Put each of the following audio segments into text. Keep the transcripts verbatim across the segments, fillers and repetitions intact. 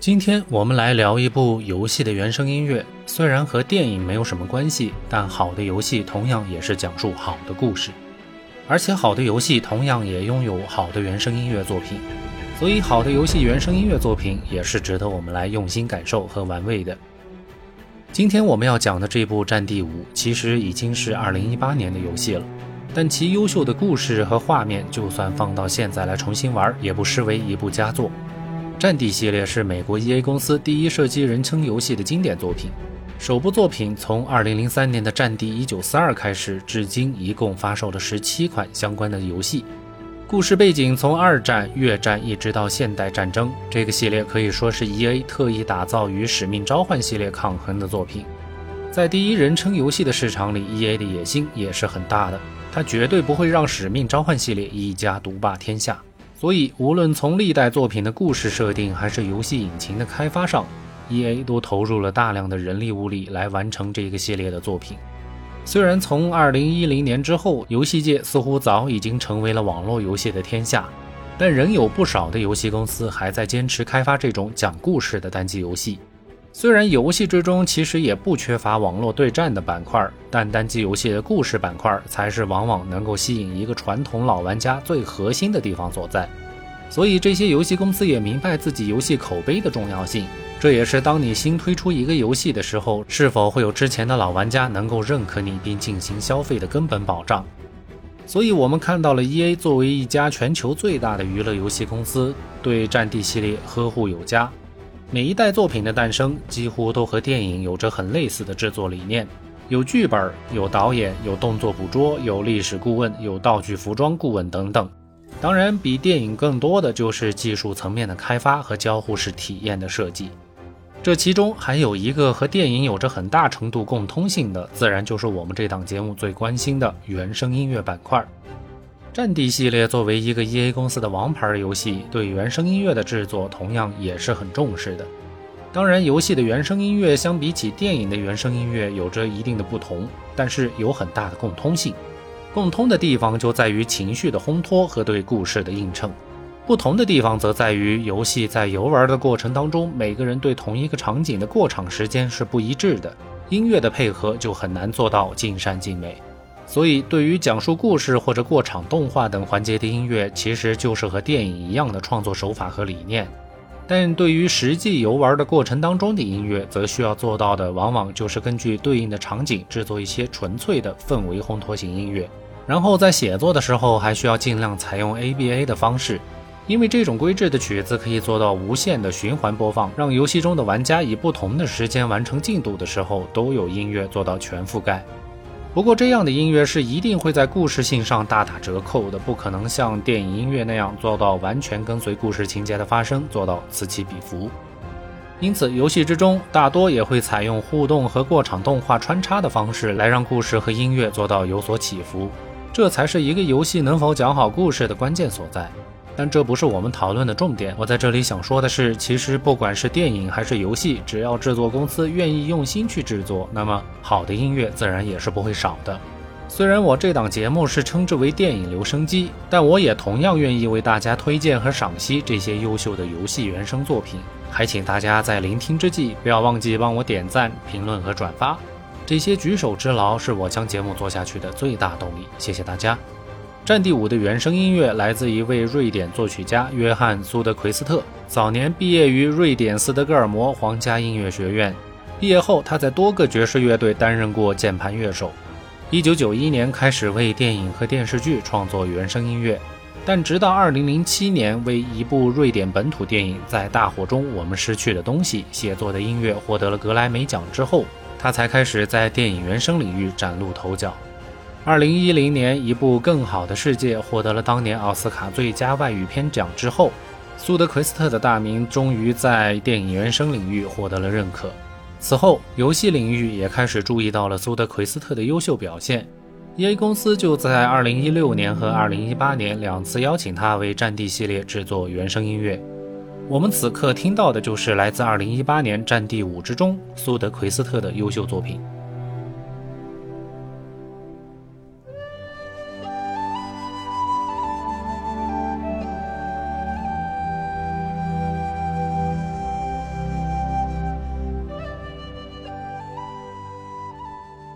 今天我们来聊一部游戏的原声音乐，虽然和电影没有什么关系，但好的游戏同样也是讲述好的故事，而且好的游戏同样也拥有好的原声音乐作品，所以好的游戏原声音乐作品也是值得我们来用心感受和玩味的。今天我们要讲的这部《战地五》其实已经是二零一八年的游戏了，但其优秀的故事和画面就算放到现在来重新玩，也不失为一部佳作。战地系列是美国 E A 公司第一射击人称游戏的经典作品，首部作品从二零零三年的战地一九四二开始，至今一共发售了十七款相关的游戏。故事背景从二战、越战一直到现代战争，这个系列可以说是 E A 特意打造与使命召唤系列抗衡的作品。在第一人称游戏的市场里， E A 的野心也是很大的，它绝对不会让使命召唤系列一家独霸天下。所以无论从历代作品的故事设定还是游戏引擎的开发上， E A 都投入了大量的人力物力来完成这个系列的作品。虽然从二零一零年之后，游戏界似乎早已经成为了网络游戏的天下，但仍有不少的游戏公司还在坚持开发这种讲故事的单机游戏。虽然游戏之中其实也不缺乏网络对战的板块，但单机游戏的故事板块才是往往能够吸引一个传统老玩家最核心的地方所在。所以这些游戏公司也明白自己游戏口碑的重要性，这也是当你新推出一个游戏的时候，是否会有之前的老玩家能够认可你并进行消费的根本保障。所以我们看到了 E A 作为一家全球最大的娱乐游戏公司，对战地系列呵护有加。每一代作品的诞生几乎都和电影有着很类似的制作理念，有剧本，有导演，有动作捕捉，有历史顾问，有道具服装顾问等等。当然比电影更多的就是技术层面的开发和交互式体验的设计。这其中还有一个和电影有着很大程度共通性的，自然就是我们这档节目最关心的原声音乐板块。战地系列作为一个 E A 公司的王牌游戏，对原声音乐的制作同样也是很重视的。当然游戏的原声音乐相比起电影的原声音乐有着一定的不同，但是有很大的共通性。共通的地方就在于情绪的烘托和对故事的映衬，不同的地方则在于游戏在游玩的过程当中，每个人对同一个场景的过场时间是不一致的，音乐的配合就很难做到尽善尽美。所以对于讲述故事或者过场动画等环节的音乐，其实就是和电影一样的创作手法和理念。但对于实际游玩的过程当中的音乐，则需要做到的往往就是根据对应的场景制作一些纯粹的氛围烘托型音乐，然后在写作的时候还需要尽量采用 A B A 的方式，因为这种规制的曲子可以做到无限的循环播放，让游戏中的玩家以不同的时间完成进度的时候都有音乐做到全覆盖。不过这样的音乐是一定会在故事性上大打折扣的，不可能像电影音乐那样做到完全跟随故事情节的发生，做到此起彼伏。因此游戏之中大多也会采用互动和过场动画穿插的方式来让故事和音乐做到有所起伏，这才是一个游戏能否讲好故事的关键所在。但这不是我们讨论的重点，我在这里想说的是，其实不管是电影还是游戏，只要制作公司愿意用心去制作，那么好的音乐自然也是不会少的。虽然我这档节目是称之为电影留声机，但我也同样愿意为大家推荐和赏析这些优秀的游戏原声作品，还请大家在聆听之际不要忘记帮我点赞、评论和转发，这些举手之劳是我将节目做下去的最大动力，谢谢大家。战地五的原声音乐来自一位瑞典作曲家约翰·苏德奎斯特，早年毕业于瑞典斯德哥尔摩皇家音乐学院，毕业后他在多个爵士乐队担任过键盘乐手。一九九一年开始为电影和电视剧创作原声音乐，但直到二零零七年为一部瑞典本土电影《在大火中我们失去的东西》写作的音乐获得了格莱美奖之后，他才开始在电影原声领域崭露头角。二零一零年一部《更好的世界》获得了当年奥斯卡最佳外语片奖之后，苏德奎斯特的大名终于在电影原声领域获得了认可。此后游戏领域也开始注意到了苏德奎斯特的优秀表现， E A 公司就在二零一六年和二零一八年两次邀请他为战地系列制作原声音乐。我们此刻听到的就是来自二零一八年战地五之中苏德奎斯特的优秀作品。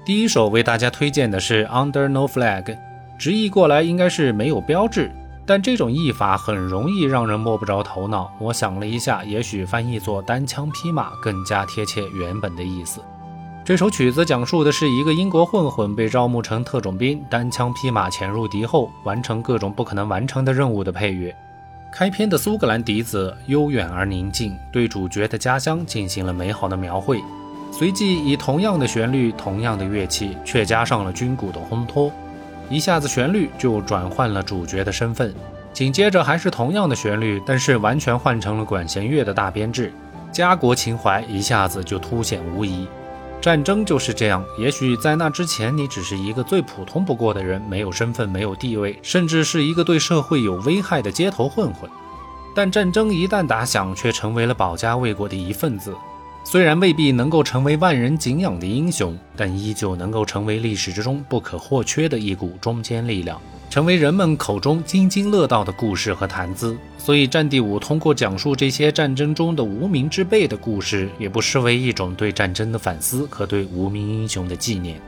第一首为大家推荐的是 Under No Flag， 直译过来应该是没有标志，但这种译法很容易让人摸不着头脑。我想了一下，也许翻译作单枪匹马更加贴切原本的意思。这首曲子讲述的是一个英国混混被招募成特种兵，单枪匹马潜入敌后，完成各种不可能完成的任务的配乐。开篇的苏格兰笛子悠远而宁静，对主角的家乡进行了美好的描绘，随即以同样的旋律、同样的乐器，却加上了军鼓的烘托，一下子旋律就转换了主角的身份。紧接着还是同样的旋律，但是完全换成了管弦乐的大编制，家国情怀一下子就凸显无疑。战争就是这样，也许在那之前你只是一个最普通不过的人，没有身份，没有地位，甚至是一个对社会有危害的街头混混，但战争一旦打响，却成为了保家卫国的一份子。虽然未必能够成为万人敬仰的英雄，但依旧能够成为历史之中不可或缺的一股中坚力量，成为人们口中津津乐道的故事和谈资。所以战地五通过讲述这些战争中的无名之辈的故事，也不失为一种对战争的反思和对无名英雄的纪念。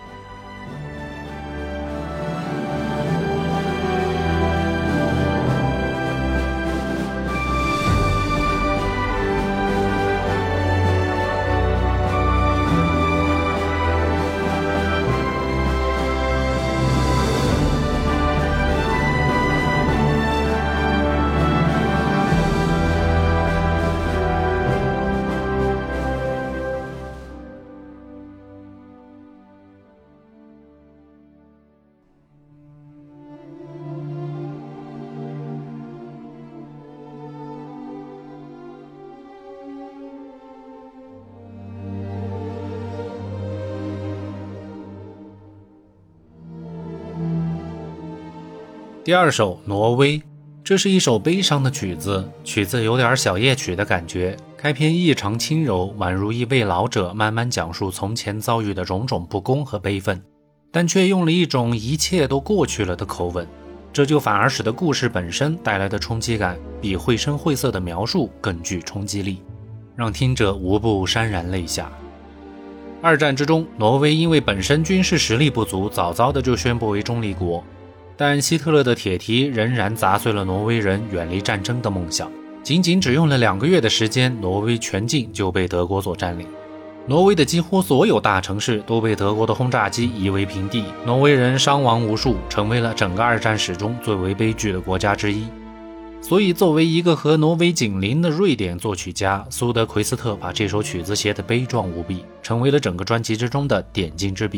第二首挪威，这是一首悲伤的曲子，曲子有点小夜曲的感觉，开篇异常轻柔，宛如一位老者慢慢讲述从前遭遇的种种不公和悲愤，但却用了一种一切都过去了的口吻，这就反而使得故事本身带来的冲击感比绘声绘色的描述更具冲击力，让听者无不潸然泪下。二战之中，挪威因为本身军事实力不足，早早的就宣布为中立国，但希特勒的铁蹄仍然砸碎了挪威人远离战争的梦想。仅仅只用了两个月的时间，挪威全境就被德国所占领。挪威的几乎所有大城市都被德国的轰炸机夷为平地，挪威人伤亡无数，成为了整个二战史中最为悲剧的国家之一。所以作为一个和挪威紧邻的瑞典作曲家，苏德奎斯特把这首曲子写得悲壮无比，成为了整个专辑之中的点睛之笔。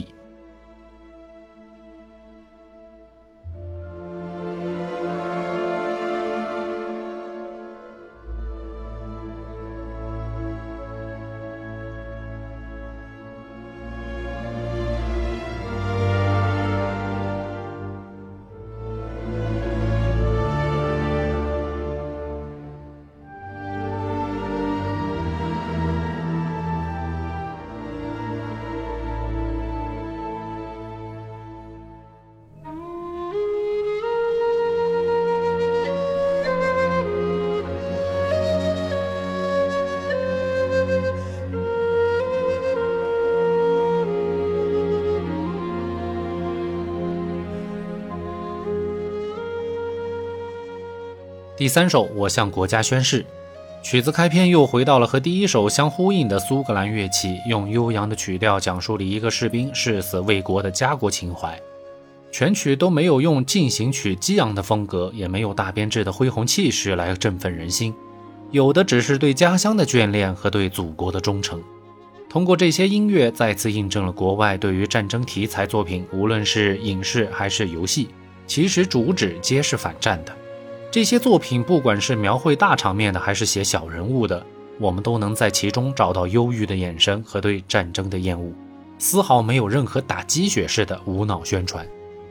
第三首我向国家宣誓，曲子开篇又回到了和第一首相呼应的苏格兰乐器，用悠扬的曲调讲述了一个士兵誓死为国的家国情怀。全曲都没有用进行曲激昂的风格，也没有大编制的恢宏气势来振奋人心，有的只是对家乡的眷恋和对祖国的忠诚。通过这些音乐再次印证了国外对于战争题材作品，无论是影视还是游戏，其实主旨皆是反战的。这些作品不管是描绘大场面的还是写小人物的，我们都能在其中找到忧郁的眼神和对战争的厌恶，丝毫没有任何打鸡血式的无脑宣传。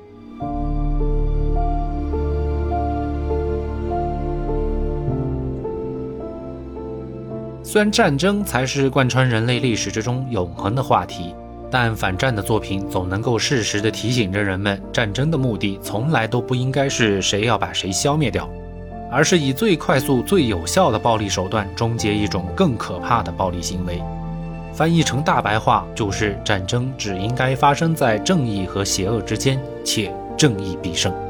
虽然战争才是贯穿人类历史之中永恒的话题，但反战的作品总能够适时地提醒着人们，战争的目的从来都不应该是谁要把谁消灭掉，而是以最快速最有效的暴力手段终结一种更可怕的暴力行为。 翻译成大白话就是战争只应该发生在正义和邪恶之间，且正义必胜。